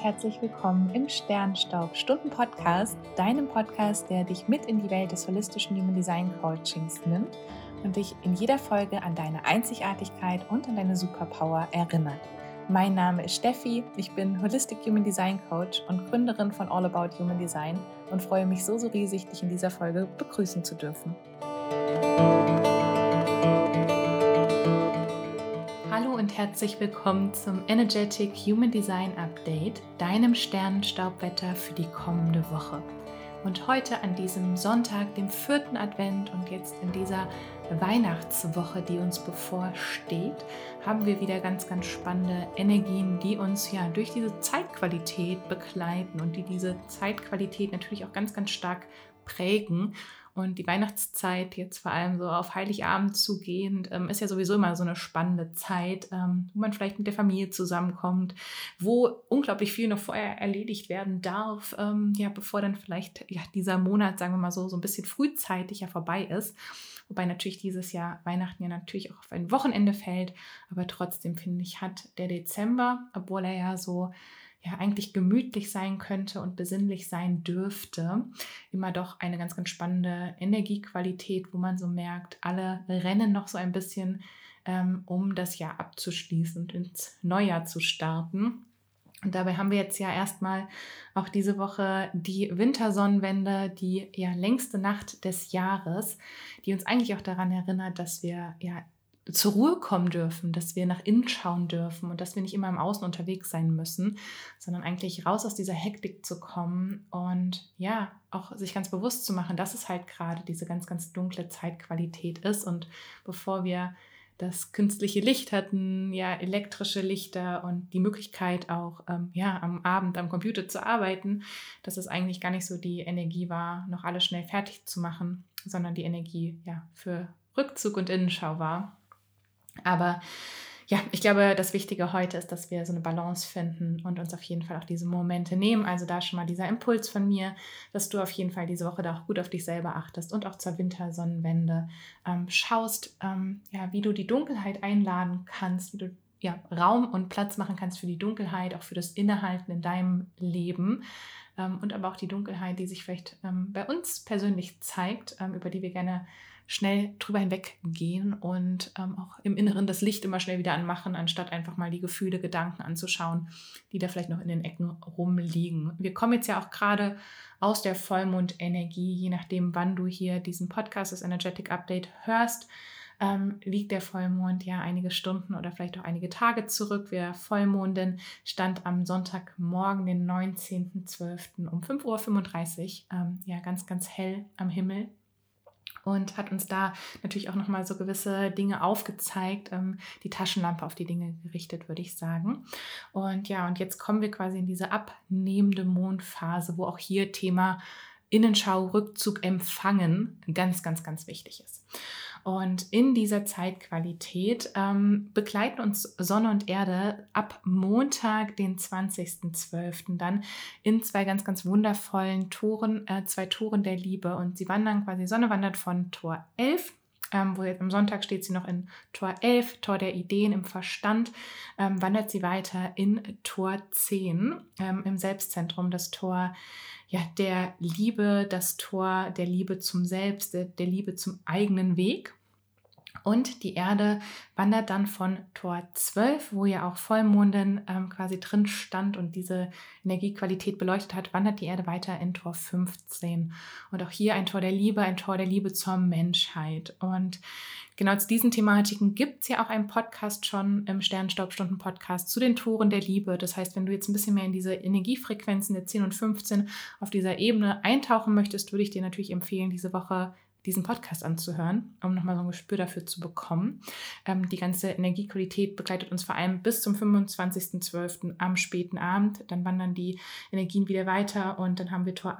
und herzlich willkommen im Sternstaub-Stunden-Podcast, deinem Podcast, der dich mit in die Welt des holistischen Human Design Coachings nimmt und dich in jeder Folge an deine Einzigartigkeit und an deine Superpower erinnert. Mein Name ist Steffi, ich bin Holistic Human Design Coach und Gründerin von All About Human Design und freue mich so riesig, dich in dieser Folge begrüßen zu dürfen. Hallo und herzlich willkommen zum Energetic Human Design Update, deinem Sternenstaubwetter für die kommende Woche. Und heute an diesem Sonntag, dem 4. Advent und jetzt in dieser Weihnachtswoche, die uns bevorsteht, haben wir wieder ganz spannende Energien, die uns ja durch diese Zeitqualität begleiten und die diese Zeitqualität natürlich auch ganz stark prägen. Und die Weihnachtszeit, jetzt vor allem so auf Heiligabend zugehend, ist ja sowieso immer so eine spannende Zeit, wo man vielleicht mit der Familie zusammenkommt, wo unglaublich viel noch vorher erledigt werden darf, bevor dann vielleicht dieser Monat, sagen wir mal so ein bisschen frühzeitig vorbei ist. Wobei natürlich dieses Jahr Weihnachten ja natürlich auch auf ein Wochenende fällt, aber trotzdem finde ich, hat der Dezember, obwohl er ja so eigentlich gemütlich sein könnte und besinnlich sein dürfte, immer doch eine ganz spannende Energiequalität, wo man so merkt, alle rennen noch so ein bisschen, um das Jahr abzuschließen und ins Neujahr zu starten. Und dabei haben wir jetzt ja erstmal auch diese Woche die Wintersonnenwende, die längste Nacht des Jahres, die uns eigentlich auch daran erinnert, dass wir zur Ruhe kommen dürfen, dass wir nach innen schauen dürfen und dass wir nicht immer im Außen unterwegs sein müssen, sondern eigentlich raus aus dieser Hektik zu kommen und auch sich ganz bewusst zu machen, dass es halt gerade diese ganz dunkle Zeitqualität ist. Und bevor wir das künstliche Licht hatten, elektrische Lichter und die Möglichkeit auch am Abend am Computer zu arbeiten, dass es eigentlich gar nicht so die Energie war, noch alles schnell fertig zu machen, sondern die Energie für Rückzug und Innenschau war. Aber ich glaube, das Wichtige heute ist, dass wir so eine Balance finden und uns auf jeden Fall auch diese Momente nehmen. Also da schon mal dieser Impuls von mir, dass du auf jeden Fall diese Woche da auch gut auf dich selber achtest und auch zur Wintersonnenwende schaust, wie du die Dunkelheit einladen kannst, wie du Raum und Platz machen kannst für die Dunkelheit, auch für das Innehalten in deinem Leben. Und aber auch die Dunkelheit, die sich vielleicht bei uns persönlich zeigt, über die wir gerne schnell drüber hinweggehen und auch im Inneren das Licht immer schnell wieder anmachen, anstatt einfach mal die Gefühle, Gedanken anzuschauen, die da vielleicht noch in den Ecken rumliegen. Wir kommen jetzt ja auch gerade aus der Vollmondenergie, je nachdem, wann du hier diesen Podcast, das Energetic Update, hörst, liegt der Vollmond einige Stunden oder vielleicht auch einige Tage zurück. Der Vollmondin stand am Sonntagmorgen, den 19.12. um 5.35 Uhr, ganz hell am Himmel. Und hat uns da natürlich auch nochmal so gewisse Dinge aufgezeigt, die Taschenlampe auf die Dinge gerichtet, würde ich sagen. Und jetzt kommen wir quasi in diese abnehmende Mondphase, wo auch hier Thema Innenschau, Rückzug, Empfangen ganz wichtig ist. Und in dieser Zeitqualität begleiten uns Sonne und Erde ab Montag, den 20.12. dann in zwei ganz wundervollen Toren, zwei Toren der Liebe. Und sie wandern quasi, Sonne wandert von Tor 11, wo jetzt am Sonntag steht sie noch in Tor 11, Tor der Ideen im Verstand, wandert sie weiter in Tor 10, im Selbstzentrum, das Tor der Liebe, das Tor der Liebe zum Selbst, der Liebe zum eigenen Weg. Und die Erde wandert dann von Tor 12, wo auch Vollmondin quasi drin stand und diese Energiequalität beleuchtet hat, wandert die Erde weiter in Tor 15. Und auch hier ein Tor der Liebe zur Menschheit. Und genau zu diesen Thematiken gibt es ja auch einen Podcast schon im Sternstaubstunden-Podcast zu den Toren der Liebe. Das heißt, wenn du jetzt ein bisschen mehr in diese Energiefrequenzen der 10 und 15 auf dieser Ebene eintauchen möchtest, würde ich dir natürlich empfehlen, diese Woche diesen Podcast anzuhören, um nochmal so ein Gespür dafür zu bekommen. Die ganze Energiequalität begleitet uns vor allem bis zum 25.12. am späten Abend. Dann wandern die Energien wieder weiter und dann haben wir Tor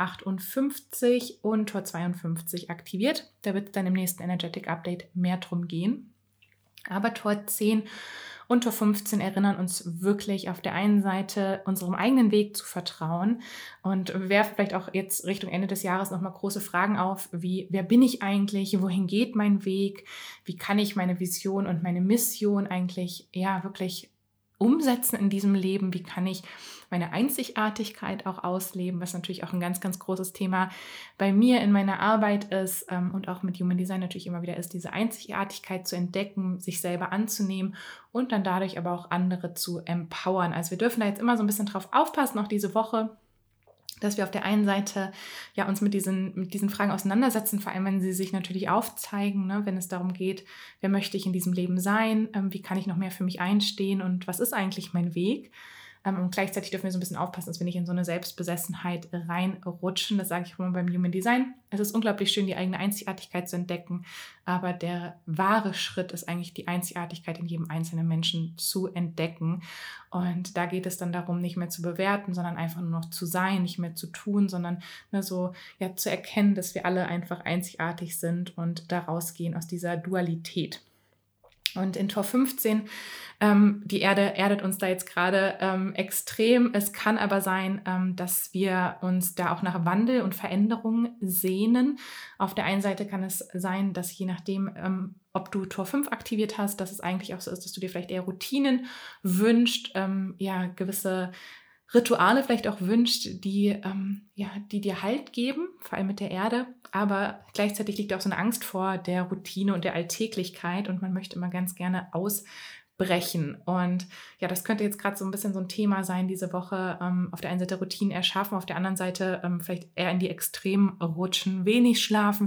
58 und Tor 52 aktiviert. Da wird es dann im nächsten Energetic Update mehr drum gehen. Aber Tor 10 und Tor 15 erinnern uns wirklich auf der einen Seite unserem eigenen Weg zu vertrauen und werfen vielleicht auch jetzt Richtung Ende des Jahres nochmal große Fragen auf, wie, wer bin ich eigentlich, wohin geht mein Weg, wie kann ich meine Vision und meine Mission eigentlich wirklich umsetzen in diesem Leben? Wie kann ich meine Einzigartigkeit auch ausleben, was natürlich auch ein ganz, ganz großes Thema bei mir in meiner Arbeit ist und auch mit Human Design natürlich immer wieder ist, diese Einzigartigkeit zu entdecken, sich selber anzunehmen und dann dadurch aber auch andere zu empowern. Also wir dürfen da jetzt immer so ein bisschen drauf aufpassen, auch diese Woche, dass wir auf der einen Seite ja uns mit diesen Fragen auseinandersetzen, vor allem wenn sie sich natürlich aufzeigen, ne, wenn es darum geht, wer möchte ich in diesem Leben sein, wie kann ich noch mehr für mich einstehen und was ist eigentlich mein Weg. Und gleichzeitig dürfen wir so ein bisschen aufpassen, dass wir nicht in so eine Selbstbesessenheit reinrutschen. Das sage ich immer beim Human Design. Es ist unglaublich schön, die eigene Einzigartigkeit zu entdecken, aber der wahre Schritt ist eigentlich, die Einzigartigkeit in jedem einzelnen Menschen zu entdecken. Und da geht es dann darum, nicht mehr zu bewerten, sondern einfach nur noch zu sein, nicht mehr zu tun, sondern zu erkennen, dass wir alle einfach einzigartig sind und da rausgehen aus dieser Dualität. Und in Tor 15, die Erde erdet uns da jetzt gerade extrem. Es kann aber sein, dass wir uns da auch nach Wandel und Veränderung sehnen. Auf der einen Seite kann es sein, dass je nachdem, ob du Tor 5 aktiviert hast, dass es eigentlich auch so ist, dass du dir vielleicht eher Routinen wünschst, gewisse Rituale vielleicht auch wünscht, die dir Halt geben, vor allem mit der Erde. Aber gleichzeitig liegt auch so eine Angst vor der Routine und der Alltäglichkeit und man möchte immer ganz gerne ausbrechen. Und ja, das könnte jetzt gerade so ein bisschen so ein Thema sein diese Woche. Auf der einen Seite Routinen erschaffen, auf der anderen Seite vielleicht eher in die Extremen rutschen. Wenig schlafen,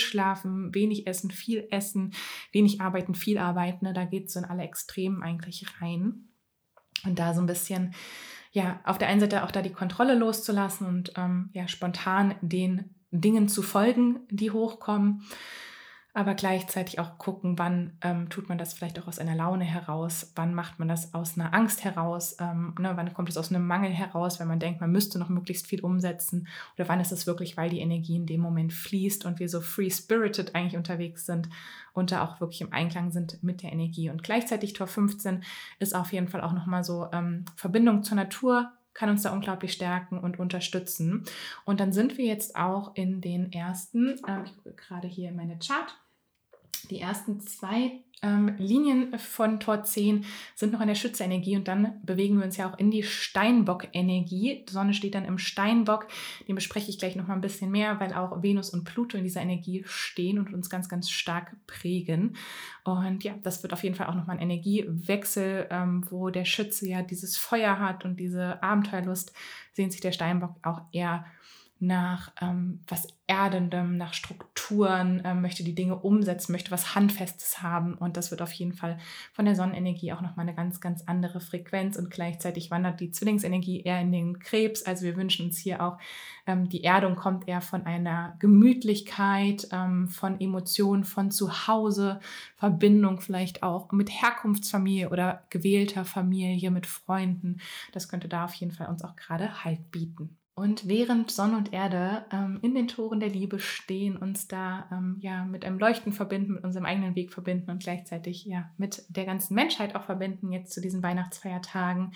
wenig essen, viel essen, wenig arbeiten, viel arbeiten. Ne? Da geht es so in alle Extremen eigentlich rein. Und da so ein bisschen auf der einen Seite auch da die Kontrolle loszulassen und spontan den Dingen zu folgen, die hochkommen, aber gleichzeitig auch gucken, wann tut man das vielleicht auch aus einer Laune heraus, wann macht man das aus einer Angst heraus, wann kommt es aus einem Mangel heraus, wenn man denkt, man müsste noch möglichst viel umsetzen oder wann ist es wirklich, weil die Energie in dem Moment fließt und wir so free-spirited eigentlich unterwegs sind und da auch wirklich im Einklang sind mit der Energie. Und gleichzeitig Tor 15 ist auf jeden Fall auch nochmal so Verbindung zur Natur, kann uns da unglaublich stärken und unterstützen. Und dann sind wir jetzt auch in den ersten, ich gucke gerade hier in meine Chart, die ersten 2 Linien von Tor 10 sind noch in der Schütze-Energie und dann bewegen wir uns ja auch in die Steinbock-Energie. Die Sonne steht dann im Steinbock, den bespreche ich gleich noch mal ein bisschen mehr, weil auch Venus und Pluto in dieser Energie stehen und uns ganz, ganz stark prägen. Und ja, das wird auf jeden Fall auch nochmal ein Energiewechsel, wo der Schütze ja dieses Feuer hat und diese Abenteuerlust, sehnt sich der Steinbock auch eher nach was Erdendem, nach Strukturen, möchte die Dinge umsetzen, möchte was Handfestes haben und das wird auf jeden Fall von der Sonnenenergie auch nochmal eine ganz, ganz andere Frequenz und gleichzeitig wandert die Zwillingsenergie eher in den Krebs, also wir wünschen uns hier auch, die Erdung kommt eher von einer Gemütlichkeit, von Emotionen, von Zuhause, Verbindung vielleicht auch mit Herkunftsfamilie oder gewählter Familie, mit Freunden, das könnte da auf jeden Fall uns auch gerade Halt bieten. Und während Sonne und Erde in den Toren der Liebe stehen, uns da mit einem Leuchten verbinden, mit unserem eigenen Weg verbinden und gleichzeitig mit der ganzen Menschheit auch verbinden, jetzt zu diesen Weihnachtsfeiertagen,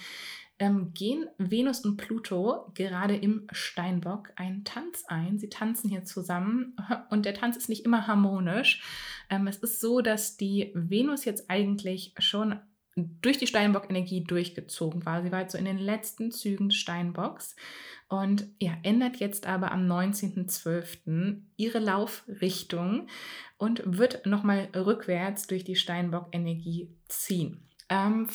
gehen Venus und Pluto gerade im Steinbock einen Tanz ein. Sie tanzen hier zusammen und der Tanz ist nicht immer harmonisch. Es ist so, dass die Venus jetzt eigentlich schon durch die Steinbock-Energie durchgezogen war. Sie war jetzt so in den letzten Zügen des Steinbocks und ändert jetzt aber am 19.12. ihre Laufrichtung und wird nochmal rückwärts durch die Steinbock-Energie ziehen. Am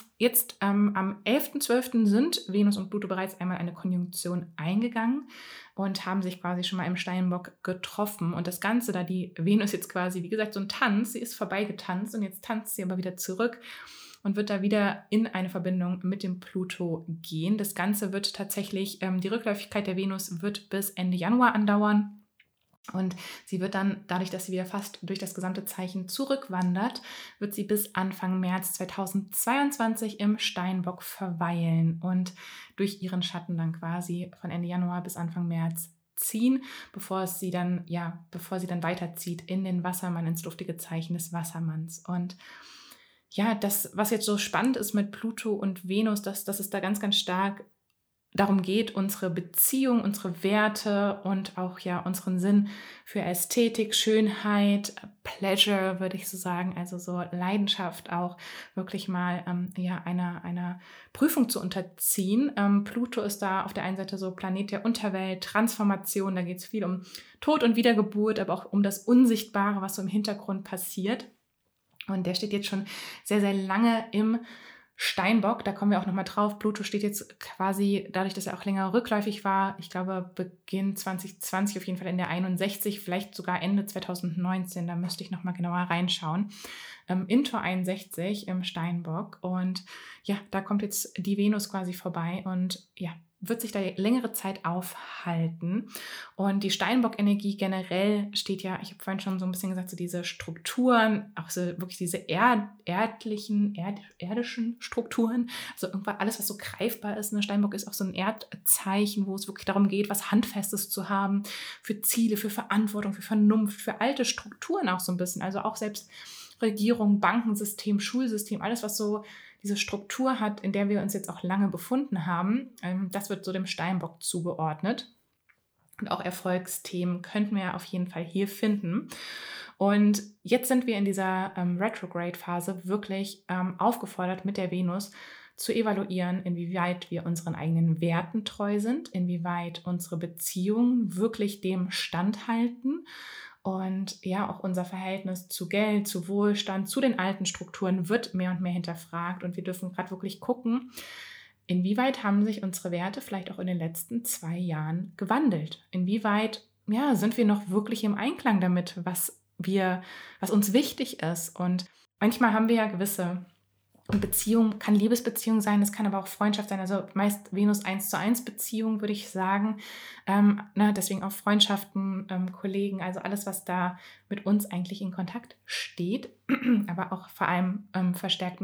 11.12. sind Venus und Pluto bereits einmal eine Konjunktion eingegangen und haben sich quasi schon mal im Steinbock getroffen. Und das Ganze, da die Venus jetzt quasi, wie gesagt, so ein Tanz, sie ist vorbeigetanzt und jetzt tanzt sie aber wieder zurück und wird da wieder in eine Verbindung mit dem Pluto gehen. Das Ganze wird tatsächlich, die Rückläufigkeit der Venus wird bis Ende Januar andauern. Und sie wird dann, dadurch, dass sie wieder fast durch das gesamte Zeichen zurückwandert, wird sie bis Anfang März 2022 im Steinbock verweilen und durch ihren Schatten dann quasi von Ende Januar bis Anfang März ziehen, bevor sie dann weiterzieht in den Wassermann, ins luftige Zeichen des Wassermanns. Und das, was jetzt so spannend ist mit Pluto und Venus, dass es da ganz, ganz stark darum geht, unsere Beziehung, unsere Werte und auch unseren Sinn für Ästhetik, Schönheit, Pleasure, würde ich so sagen, also so Leidenschaft auch wirklich mal einer Prüfung zu unterziehen. Pluto ist da auf der einen Seite so Planet der Unterwelt, Transformation, da geht es viel um Tod und Wiedergeburt, aber auch um das Unsichtbare, was so im Hintergrund passiert. Und der steht jetzt schon sehr, sehr lange im Steinbock, da kommen wir auch nochmal drauf. Pluto steht jetzt quasi, dadurch, dass er auch länger rückläufig war, ich glaube Beginn 2020 auf jeden Fall in der 61, vielleicht sogar Ende 2019, da müsste ich nochmal genauer reinschauen, in Tor 61 im Steinbock. Und ja, da kommt jetzt die Venus quasi vorbei und ja, wird sich da längere Zeit aufhalten. Und die Steinbock-Energie generell steht ja, ich habe vorhin schon so ein bisschen gesagt, so diese Strukturen, auch so wirklich diese irdischen Strukturen, also irgendwann alles, was so greifbar ist. Ne? Steinbock ist auch so ein Erdzeichen, wo es wirklich darum geht, was Handfestes zu haben, für Ziele, für Verantwortung, für Vernunft, für alte Strukturen auch so ein bisschen. Also auch selbst Regierung, Bankensystem, Schulsystem, alles, was so diese Struktur hat, in der wir uns jetzt auch lange befunden haben, das wird so dem Steinbock zugeordnet. Und auch Erfolgsthemen könnten wir auf jeden Fall hier finden. Und jetzt sind wir in dieser Retrograde-Phase wirklich aufgefordert, mit der Venus zu evaluieren, inwieweit wir unseren eigenen Werten treu sind, inwieweit unsere Beziehungen wirklich dem standhalten. Und ja, auch unser Verhältnis zu Geld, zu Wohlstand, zu den alten Strukturen wird mehr und mehr hinterfragt. Und wir dürfen gerade wirklich gucken, inwieweit haben sich unsere Werte vielleicht auch in den letzten 2 Jahren gewandelt? Inwieweit sind wir noch wirklich im Einklang damit, was uns wichtig ist? Und manchmal haben wir ja gewisse Beziehung, kann Liebesbeziehung sein, es kann aber auch Freundschaft sein, also meist Venus 1:1 Beziehung, würde ich sagen. Deswegen auch Freundschaften, Kollegen, also alles, was da mit uns eigentlich in Kontakt steht, aber auch vor allem verstärkt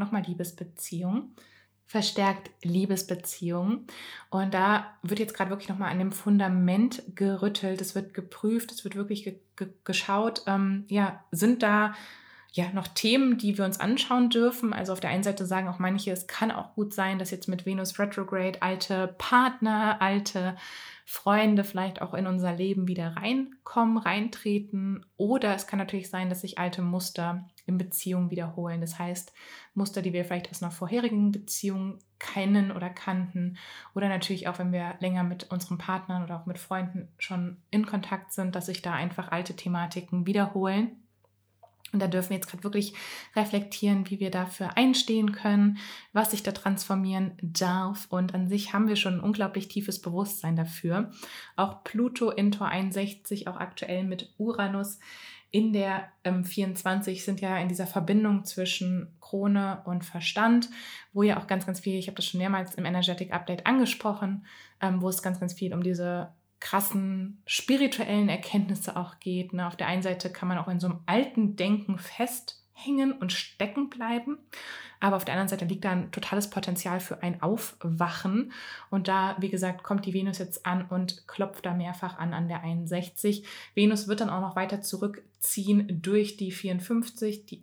Liebesbeziehungen. Und da wird jetzt gerade wirklich nochmal an dem Fundament gerüttelt, es wird geprüft, es wird wirklich geschaut, sind da noch Themen, die wir uns anschauen dürfen. Also auf der einen Seite sagen auch manche, es kann auch gut sein, dass jetzt mit Venus Retrograde alte Partner, alte Freunde vielleicht auch in unser Leben wieder reintreten. Oder es kann natürlich sein, dass sich alte Muster in Beziehungen wiederholen. Das heißt, Muster, die wir vielleicht aus einer vorherigen Beziehung kennen oder kannten. Oder natürlich auch, wenn wir länger mit unseren Partnern oder auch mit Freunden schon in Kontakt sind, dass sich da einfach alte Thematiken wiederholen. Und da dürfen wir jetzt gerade wirklich reflektieren, wie wir dafür einstehen können, was sich da transformieren darf. Und an sich haben wir schon ein unglaublich tiefes Bewusstsein dafür. Auch Pluto in Tor 61, auch aktuell mit Uranus in der 24, sind ja in dieser Verbindung zwischen Krone und Verstand, wo ja auch ganz, ganz viel, ich habe das schon mehrmals im Energetic Update angesprochen, wo es ganz, ganz viel um diese krassen spirituellen Erkenntnisse auch geht. Ne? Auf der einen Seite kann man auch in so einem alten Denken festhängen und stecken bleiben, aber auf der anderen Seite liegt da ein totales Potenzial für ein Aufwachen. Und da, wie gesagt, kommt die Venus jetzt an und klopft da mehrfach an der 61. Venus wird dann auch noch weiter zurückziehen durch die 54, die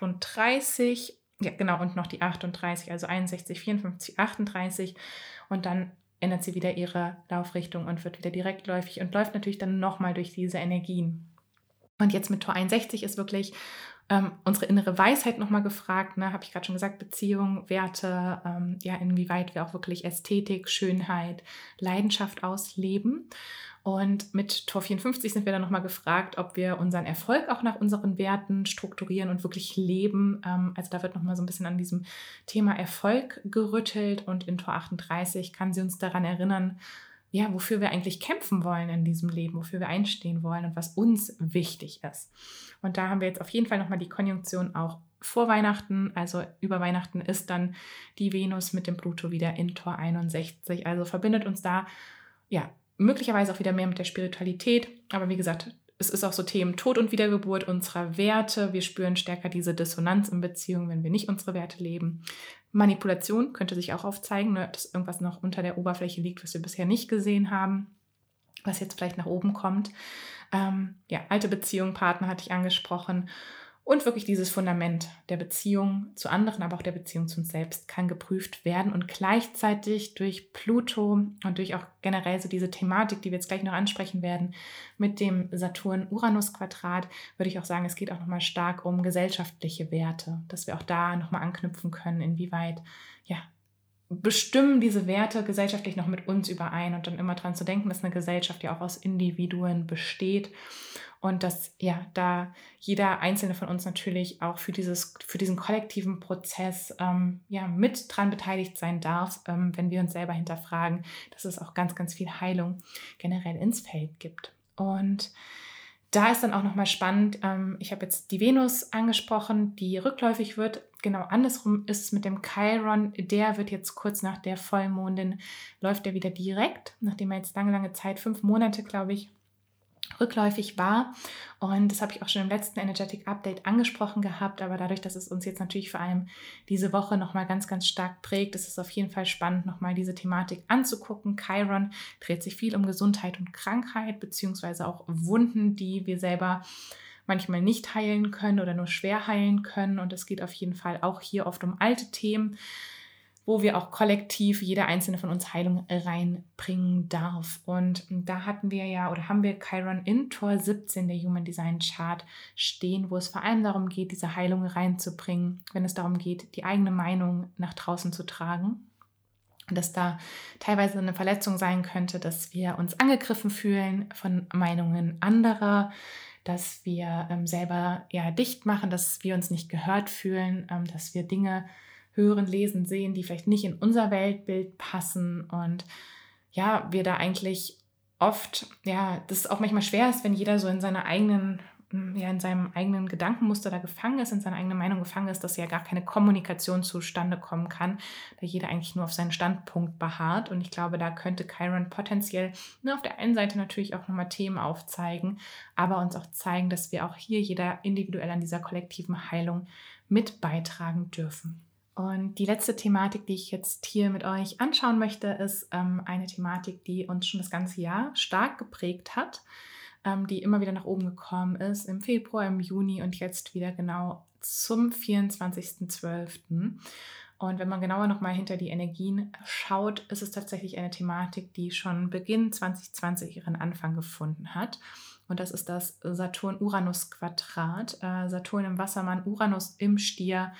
38, ja genau, und noch die 38, also 61, 54, 38 und dann ändert sie wieder ihre Laufrichtung und wird wieder direktläufig und läuft natürlich dann nochmal durch diese Energien. Und jetzt mit Tor 61 ist wirklich unsere innere Weisheit nochmal gefragt, ne? Habe ich gerade schon gesagt, Beziehung, Werte, inwieweit wir auch wirklich Ästhetik, Schönheit, Leidenschaft ausleben. Und mit Tor 54 sind wir dann nochmal gefragt, ob wir unseren Erfolg auch nach unseren Werten strukturieren und wirklich leben. Also da wird nochmal so ein bisschen an diesem Thema Erfolg gerüttelt. Und in Tor 38 kann sie uns daran erinnern, wofür wir eigentlich kämpfen wollen in diesem Leben, wofür wir einstehen wollen und was uns wichtig ist. Und da haben wir jetzt auf jeden Fall nochmal die Konjunktion auch vor Weihnachten, also über Weihnachten ist dann die Venus mit dem Pluto wieder in Tor 61. Also verbindet uns da, möglicherweise auch wieder mehr mit der Spiritualität. Aber wie gesagt, es ist auch so Themen Tod und Wiedergeburt unserer Werte. Wir spüren stärker diese Dissonanz in Beziehungen, wenn wir nicht unsere Werte leben. Manipulation könnte sich auch aufzeigen, ne, dass irgendwas noch unter der Oberfläche liegt, was wir bisher nicht gesehen haben, was jetzt vielleicht nach oben kommt. Alte Beziehungen, Partner hatte ich angesprochen. Und wirklich dieses Fundament der Beziehung zu anderen, aber auch der Beziehung zu uns selbst kann geprüft werden. Und gleichzeitig durch Pluto und durch auch generell so diese Thematik, die wir jetzt gleich noch ansprechen werden, mit dem Saturn-Uranus-Quadrat, würde ich auch sagen, es geht auch nochmal stark um gesellschaftliche Werte, dass wir auch da nochmal anknüpfen können, inwieweit, ja, bestimmen diese Werte gesellschaftlich noch mit uns überein und dann immer dran zu denken, dass eine Gesellschaft ja auch aus Individuen besteht und dass ja da jeder Einzelne von uns natürlich auch für diesen kollektiven Prozess mit dran beteiligt sein darf, wenn wir uns selber hinterfragen, dass es auch ganz, ganz viel Heilung generell ins Feld gibt. Und da ist dann auch nochmal spannend, ich habe jetzt die Venus angesprochen, die rückläufig wird. Genau andersrum ist es mit dem Chiron. Der wird jetzt kurz nach der Vollmondin, läuft er wieder direkt, nachdem er jetzt lange, lange Zeit, 5 Monate, glaube ich, rückläufig war. Und das habe ich auch schon im letzten Energetic Update angesprochen gehabt. Aber dadurch, dass es uns jetzt natürlich vor allem diese Woche nochmal ganz, ganz stark prägt, ist es auf jeden Fall spannend, nochmal diese Thematik anzugucken. Chiron dreht sich viel um Gesundheit und Krankheit, beziehungsweise auch Wunden, die wir selber manchmal nicht heilen können oder nur schwer heilen können. Und es geht auf jeden Fall auch hier oft um alte Themen, wo wir auch kollektiv, jeder einzelne von uns Heilung reinbringen darf. Und da haben wir Chiron in Tor 17 der Human Design Chart stehen, wo es vor allem darum geht, diese Heilung reinzubringen, wenn es darum geht, die eigene Meinung nach draußen zu tragen. Und dass da teilweise eine Verletzung sein könnte, dass wir uns angegriffen fühlen von Meinungen anderer, dass wir selber dicht machen, dass wir uns nicht gehört fühlen, dass wir Dinge hören, lesen, sehen, die vielleicht nicht in unser Weltbild passen und wir da eigentlich oft, das auch manchmal schwer ist, wenn jeder so in seinem eigenen Gedankenmuster da gefangen ist, in seiner eigenen Meinung gefangen ist, dass ja gar keine Kommunikation zustande kommen kann, da jeder eigentlich nur auf seinen Standpunkt beharrt. Und ich glaube, da könnte Chiron potenziell nur auf der einen Seite natürlich auch nochmal Themen aufzeigen, aber uns auch zeigen, dass wir auch hier jeder individuell an dieser kollektiven Heilung mit beitragen dürfen. Und die letzte Thematik, die ich jetzt hier mit euch anschauen möchte, ist eine Thematik, die uns schon das ganze Jahr stark geprägt hat, die immer wieder nach oben gekommen ist, im Februar, im Juni und jetzt wieder genau zum 24.12. Und wenn man genauer nochmal hinter die Energien schaut, ist es tatsächlich eine Thematik, die schon Beginn 2020 ihren Anfang gefunden hat. Und das ist das Saturn-Uranus-Quadrat. Saturn im Wassermann, Uranus im Stier,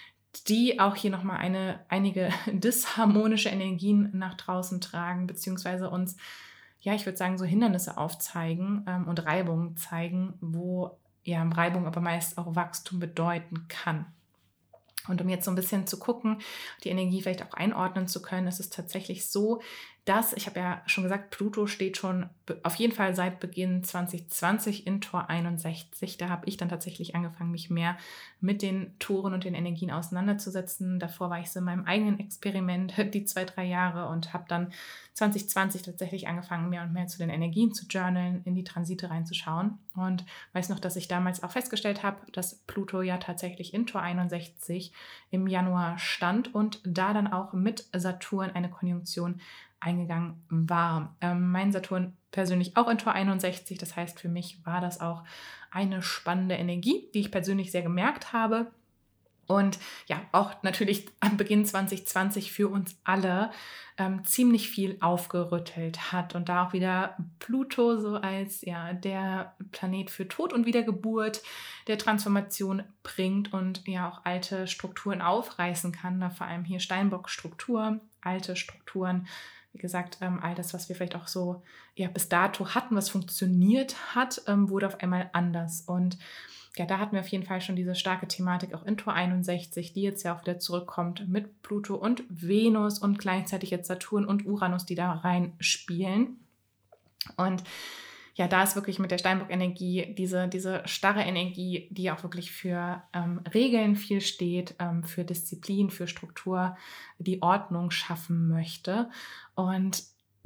die auch hier nochmal einige disharmonische Energien nach draußen tragen, beziehungsweise uns, ich würde sagen, so Hindernisse aufzeigen und Reibungen zeigen, wo Reibung aber meist auch Wachstum bedeuten kann. Und um jetzt so ein bisschen zu gucken, die Energie vielleicht auch einordnen zu können, ist es tatsächlich so, dass, ich habe ja schon gesagt, Pluto steht schon auf jeden Fall seit Beginn 2020 in Tor 61. Da habe ich dann tatsächlich angefangen, mich mehr mit den Toren und den Energien auseinanderzusetzen. Davor war ich so in meinem eigenen Experiment die 2-3 Jahre und habe dann 2020 tatsächlich angefangen, mehr und mehr zu den Energien zu journalen, in die Transite reinzuschauen. Und weiß noch, dass ich damals auch festgestellt habe, dass Pluto ja tatsächlich in Tor 61 im Januar stand und da dann auch mit Saturn eine Konjunktion eingegangen war. Mein Saturn persönlich auch in Tor 61, das heißt, für mich war das auch eine spannende Energie, die ich persönlich sehr gemerkt habe und auch natürlich am Beginn 2020 für uns alle ziemlich viel aufgerüttelt hat und da auch wieder Pluto so als der Planet für Tod und Wiedergeburt, der Transformation bringt und auch alte Strukturen aufreißen kann, da vor allem hier Steinbock-Struktur, alte Strukturen, wie gesagt, all das, was wir vielleicht auch so bis dato hatten, was funktioniert hat, wurde auf einmal anders. Und da hatten wir auf jeden Fall schon diese starke Thematik auch in Tor 61, die jetzt ja auch wieder zurückkommt mit Pluto und Venus und gleichzeitig jetzt Saturn und Uranus, die da reinspielen. Und da ist wirklich mit der Steinbock-Energie diese starre Energie, die auch wirklich für Regeln viel steht, für Disziplin, für Struktur, die Ordnung schaffen möchte. Und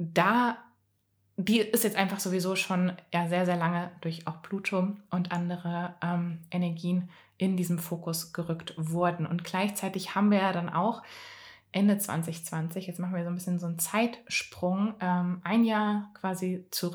die ist jetzt einfach sowieso schon sehr, sehr lange durch auch Pluto und andere Energien in diesem Fokus gerückt wurden. Und gleichzeitig haben wir ja dann auch Ende 2020, jetzt machen wir so ein bisschen so einen Zeitsprung, ein Jahr quasi zurück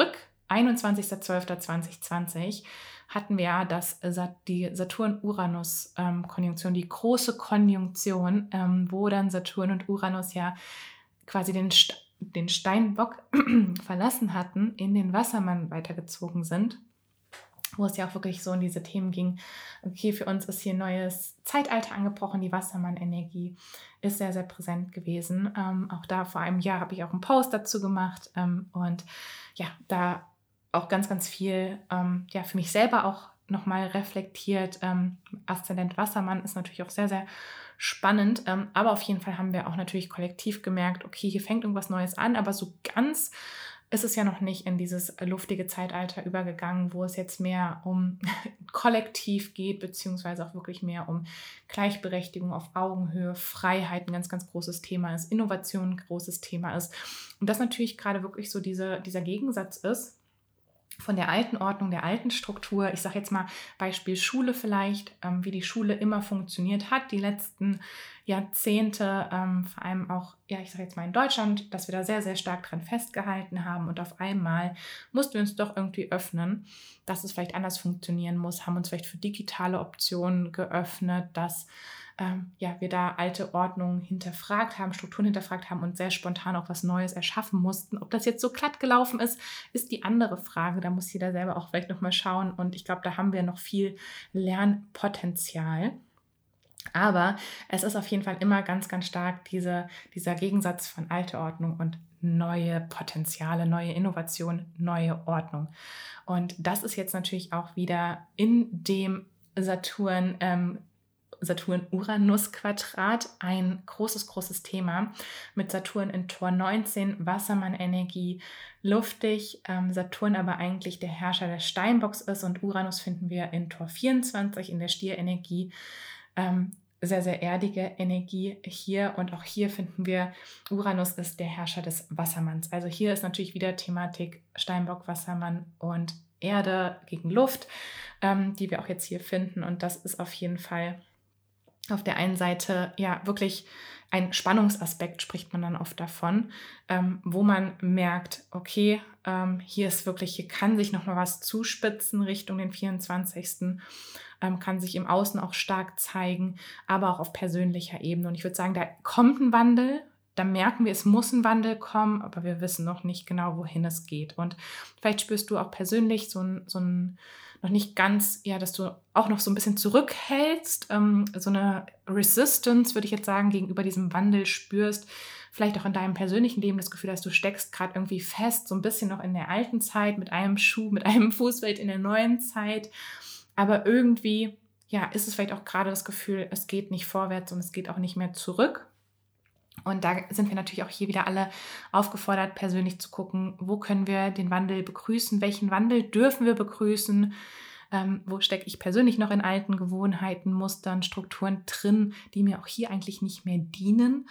21.12.2020 hatten wir ja die Saturn-Uranus-Konjunktion, die große Konjunktion, wo dann Saturn und Uranus ja quasi den Steinbock verlassen hatten, in den Wassermann weitergezogen sind, wo es ja auch wirklich so in diese Themen ging, okay, für uns ist hier ein neues Zeitalter angebrochen, die Wassermann-Energie ist sehr, sehr präsent gewesen. Auch da vor einem Jahr habe ich auch einen Post dazu gemacht und ja, da auch ganz, ganz viel für mich selber auch nochmal reflektiert. Aszendent Wassermann ist natürlich auch sehr, sehr spannend, aber auf jeden Fall haben wir auch natürlich kollektiv gemerkt, okay, hier fängt irgendwas Neues an, aber so ganz ist es ja noch nicht in dieses luftige Zeitalter übergegangen, wo es jetzt mehr um Kollektiv geht, beziehungsweise auch wirklich mehr um Gleichberechtigung auf Augenhöhe, Freiheit ein ganz, ganz großes Thema ist, Innovation ein großes Thema ist. Und das natürlich gerade wirklich so dieser Gegensatz ist von der alten Ordnung, der alten Struktur. Ich sage jetzt mal Beispiel Schule vielleicht, wie die Schule immer funktioniert hat, die letzten Jahrzehnte, vor allem auch, ich sage jetzt mal in Deutschland, dass wir da sehr, sehr stark dran festgehalten haben und auf einmal mussten wir uns doch irgendwie öffnen, dass es vielleicht anders funktionieren muss, haben uns vielleicht für digitale Optionen geöffnet, dass wir da alte Ordnungen hinterfragt haben, Strukturen hinterfragt haben und sehr spontan auch was Neues erschaffen mussten. Ob das jetzt so glatt gelaufen ist, ist die andere Frage. Da muss jeder selber auch vielleicht nochmal schauen und ich glaube, da haben wir noch viel Lernpotenzial. Aber es ist auf jeden Fall immer ganz, ganz stark dieser Gegensatz von alter Ordnung und neue Potenziale, neue Innovation, neue Ordnung. Und das ist jetzt natürlich auch wieder in dem Saturn-Uranus-Quadrat ein großes Thema mit Saturn in Tor 19, Wassermann-Energie, luftig, Saturn aber eigentlich der Herrscher des Steinbocks ist und Uranus finden wir in Tor 24 in der Stierenergie, sehr, sehr erdige Energie hier und auch hier finden wir, Uranus ist der Herrscher des Wassermanns. Also hier ist natürlich wieder Thematik Steinbock, Wassermann und Erde gegen Luft, die wir auch jetzt hier finden und das ist auf jeden Fall auf der einen Seite wirklich ein Spannungsaspekt, spricht man dann oft davon, wo man merkt, okay, hier kann sich nochmal was zuspitzen Richtung den 24. Kann sich im Außen auch stark zeigen, aber auch auf persönlicher Ebene. Und ich würde sagen, da kommt ein Wandel, da merken wir, es muss ein Wandel kommen, aber wir wissen noch nicht genau, wohin es geht. Und vielleicht spürst du auch persönlich so ein noch nicht ganz, dass du auch noch so ein bisschen zurückhältst, so eine Resistance, würde ich jetzt sagen, gegenüber diesem Wandel spürst, vielleicht auch in deinem persönlichen Leben das Gefühl hast, du steckst gerade irgendwie fest, so ein bisschen noch in der alten Zeit, mit einem Schuh, mit einem Fußfeld in der neuen Zeit, aber irgendwie, ist es vielleicht auch gerade das Gefühl, es geht nicht vorwärts und es geht auch nicht mehr zurück. Und da sind wir natürlich auch hier wieder alle aufgefordert, persönlich zu gucken, wo können wir den Wandel begrüßen, welchen Wandel dürfen wir begrüßen, wo stecke ich persönlich noch in alten Gewohnheiten, Mustern, Strukturen drin, die mir auch hier eigentlich nicht mehr dienen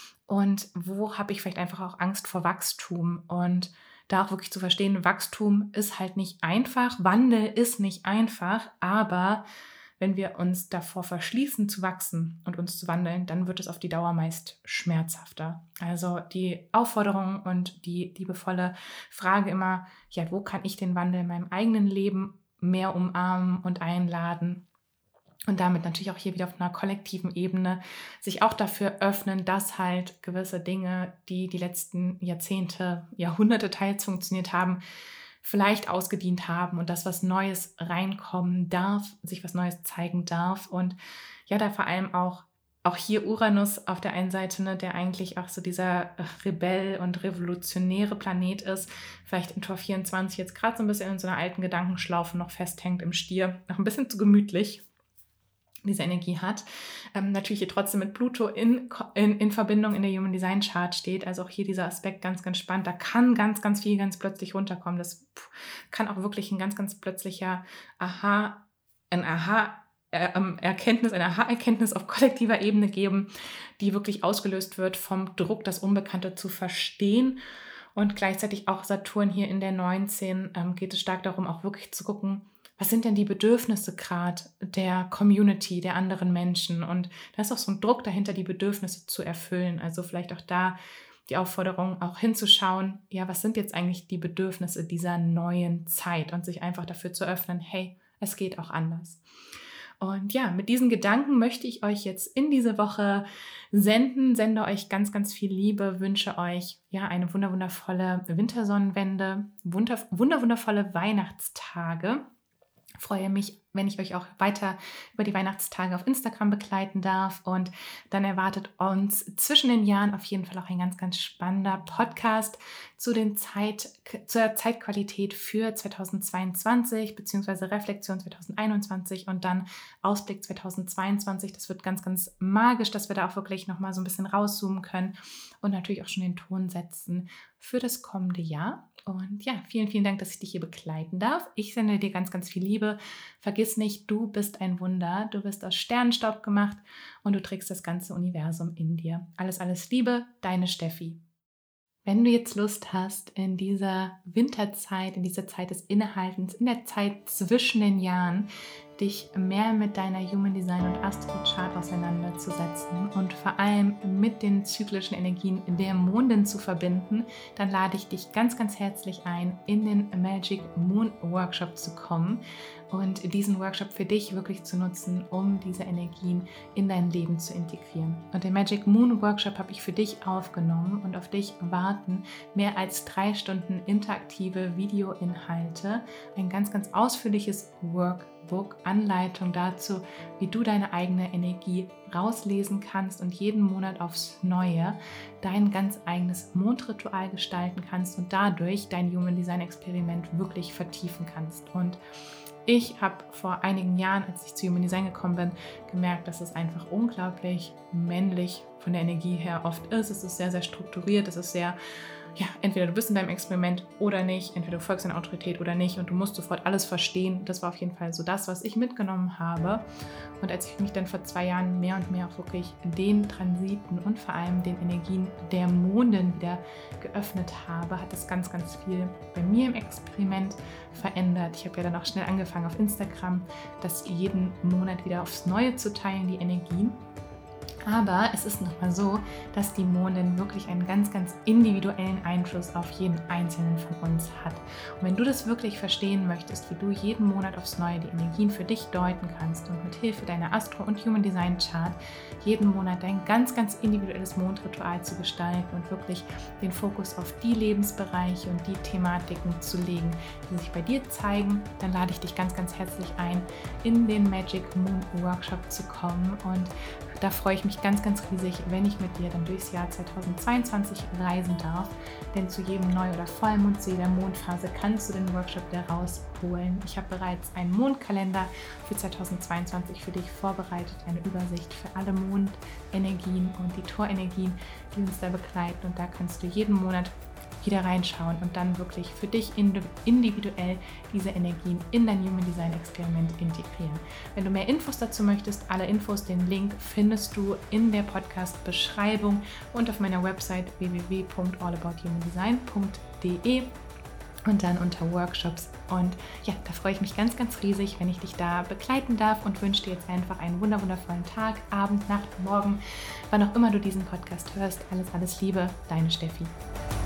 und wo habe ich vielleicht einfach auch Angst vor Wachstum und da auch wirklich zu verstehen, Wachstum ist halt nicht einfach, Wandel ist nicht einfach, aber wenn wir uns davor verschließen zu wachsen und uns zu wandeln, dann wird es auf die Dauer meist schmerzhafter. Also die Aufforderung und die liebevolle Frage immer, wo kann ich den Wandel in meinem eigenen Leben mehr umarmen und einladen? Und damit natürlich auch hier wieder auf einer kollektiven Ebene sich auch dafür öffnen, dass halt gewisse Dinge, die letzten Jahrzehnte, Jahrhunderte teils funktioniert haben, vielleicht ausgedient haben und dass was Neues reinkommen darf, sich was Neues zeigen darf und da vor allem auch hier Uranus auf der einen Seite, der eigentlich auch so dieser Rebell und revolutionäre Planet ist, vielleicht in Tor 24 jetzt gerade so ein bisschen in so einer alten Gedankenschlaufe noch festhängt im Stier, noch ein bisschen zu gemütlich diese Energie hat. Natürlich hier trotzdem mit Pluto in Verbindung in der Human Design Chart steht. Also auch hier dieser Aspekt ganz, ganz spannend. Da kann ganz, ganz viel ganz plötzlich runterkommen. Das kann auch wirklich ein ganz, ganz plötzlicher Aha-Erkenntnis auf kollektiver Ebene geben, die wirklich ausgelöst wird vom Druck, das Unbekannte zu verstehen. Und gleichzeitig auch Saturn hier in der 19 geht es stark darum, auch wirklich zu gucken, was sind denn die Bedürfnisse gerade der Community, der anderen Menschen? Und da ist auch so ein Druck dahinter, die Bedürfnisse zu erfüllen. Also vielleicht auch da die Aufforderung auch hinzuschauen, ja, was sind jetzt eigentlich die Bedürfnisse dieser neuen Zeit und sich einfach dafür zu öffnen, hey, es geht auch anders. Und ja, mit diesen Gedanken möchte ich euch jetzt in diese Woche sende euch ganz, ganz viel Liebe, wünsche euch ja eine wundervolle Wintersonnenwende, wundervolle Weihnachtstage. Freue mich, wenn ich euch auch weiter über die Weihnachtstage auf Instagram begleiten darf. Und dann erwartet uns zwischen den Jahren auf jeden Fall auch ein ganz, ganz spannender Podcast zur Zeitqualität für 2022 bzw. Reflexion 2021 und dann Ausblick 2022. Das wird ganz, ganz magisch, dass wir da auch wirklich nochmal so ein bisschen rauszoomen können und natürlich auch schon den Ton setzen für das kommende Jahr. Und ja, vielen, vielen Dank, dass ich dich hier begleiten darf. Ich sende dir ganz, ganz viel Liebe. Vergiss nicht, du bist ein Wunder. Du bist aus Sternenstaub gemacht und du trägst das ganze Universum in dir. Alles, alles Liebe, deine Steffi. Wenn du jetzt Lust hast, in dieser Winterzeit, in dieser Zeit des Innehaltens, in der Zeit zwischen den Jahren, dich mehr mit deiner Human Design und Astro Chart auseinanderzusetzen und vor allem mit den zyklischen Energien der Mondin zu verbinden, dann lade ich dich ganz, ganz herzlich ein, in den Magic Moon Workshop zu kommen und diesen Workshop für dich wirklich zu nutzen, um diese Energien in dein Leben zu integrieren. Und den Magic Moon Workshop habe ich für dich aufgenommen und auf dich warten mehr als 3 Stunden interaktive Videoinhalte, ein ganz, ganz ausführliches Workbook, Anleitung dazu, wie du deine eigene Energie rauslesen kannst und jeden Monat aufs Neue dein ganz eigenes Mondritual gestalten kannst und dadurch dein Human Design Experiment wirklich vertiefen kannst. Und ich habe vor einigen Jahren, als ich zu Human Design gekommen bin, gemerkt, dass es einfach unglaublich männlich von der Energie her oft ist. Es ist sehr, sehr strukturiert, es ist sehr, ja, entweder du bist in deinem Experiment oder nicht, entweder du folgst deiner Autorität oder nicht und du musst sofort alles verstehen. Das war auf jeden Fall so das, was ich mitgenommen habe. Und als ich mich dann vor 2 Jahren mehr und mehr auch wirklich den Transiten und vor allem den Energien der Mondin wieder geöffnet habe, hat das ganz, ganz viel bei mir im Experiment verändert. Ich habe ja dann auch schnell angefangen auf Instagram, das jeden Monat wieder aufs Neue zu teilen, die Energien. Aber es ist nochmal so, dass die Mondin wirklich einen ganz, ganz individuellen Einfluss auf jeden Einzelnen von uns hat. Und wenn du das wirklich verstehen möchtest, wie du jeden Monat aufs Neue die Energien für dich deuten kannst und mit Hilfe deiner Astro- und Human Design Chart jeden Monat dein ganz, ganz individuelles Mondritual zu gestalten und wirklich den Fokus auf die Lebensbereiche und die Thematiken zu legen, die sich bei dir zeigen, dann lade ich dich ganz, ganz herzlich ein, in den Magic Moon Workshop zu kommen. Und da freue ich mich ganz, ganz riesig, wenn ich mit dir dann durchs Jahr 2022 reisen darf. Denn zu jedem Neu- oder Vollmond, zu jeder Mondphase kannst du den Workshop da rausholen. Ich habe bereits einen Mondkalender für 2022 für dich vorbereitet, eine Übersicht für alle Mondenergien und die Torenergien, die uns da begleiten. Und da kannst du jeden Monat wieder reinschauen und dann wirklich für dich individuell diese Energien in dein Human Design Experiment integrieren. Wenn du mehr Infos dazu möchtest, alle Infos, den Link findest du in der Podcast-Beschreibung und auf meiner Website www.allabouthumandesign.de und dann unter Workshops. Und ja, da freue ich mich ganz, ganz riesig, wenn ich dich da begleiten darf und wünsche dir jetzt einfach einen wundervollen Tag, Abend, Nacht, Morgen, wann auch immer du diesen Podcast hörst. Alles, alles Liebe, deine Steffi.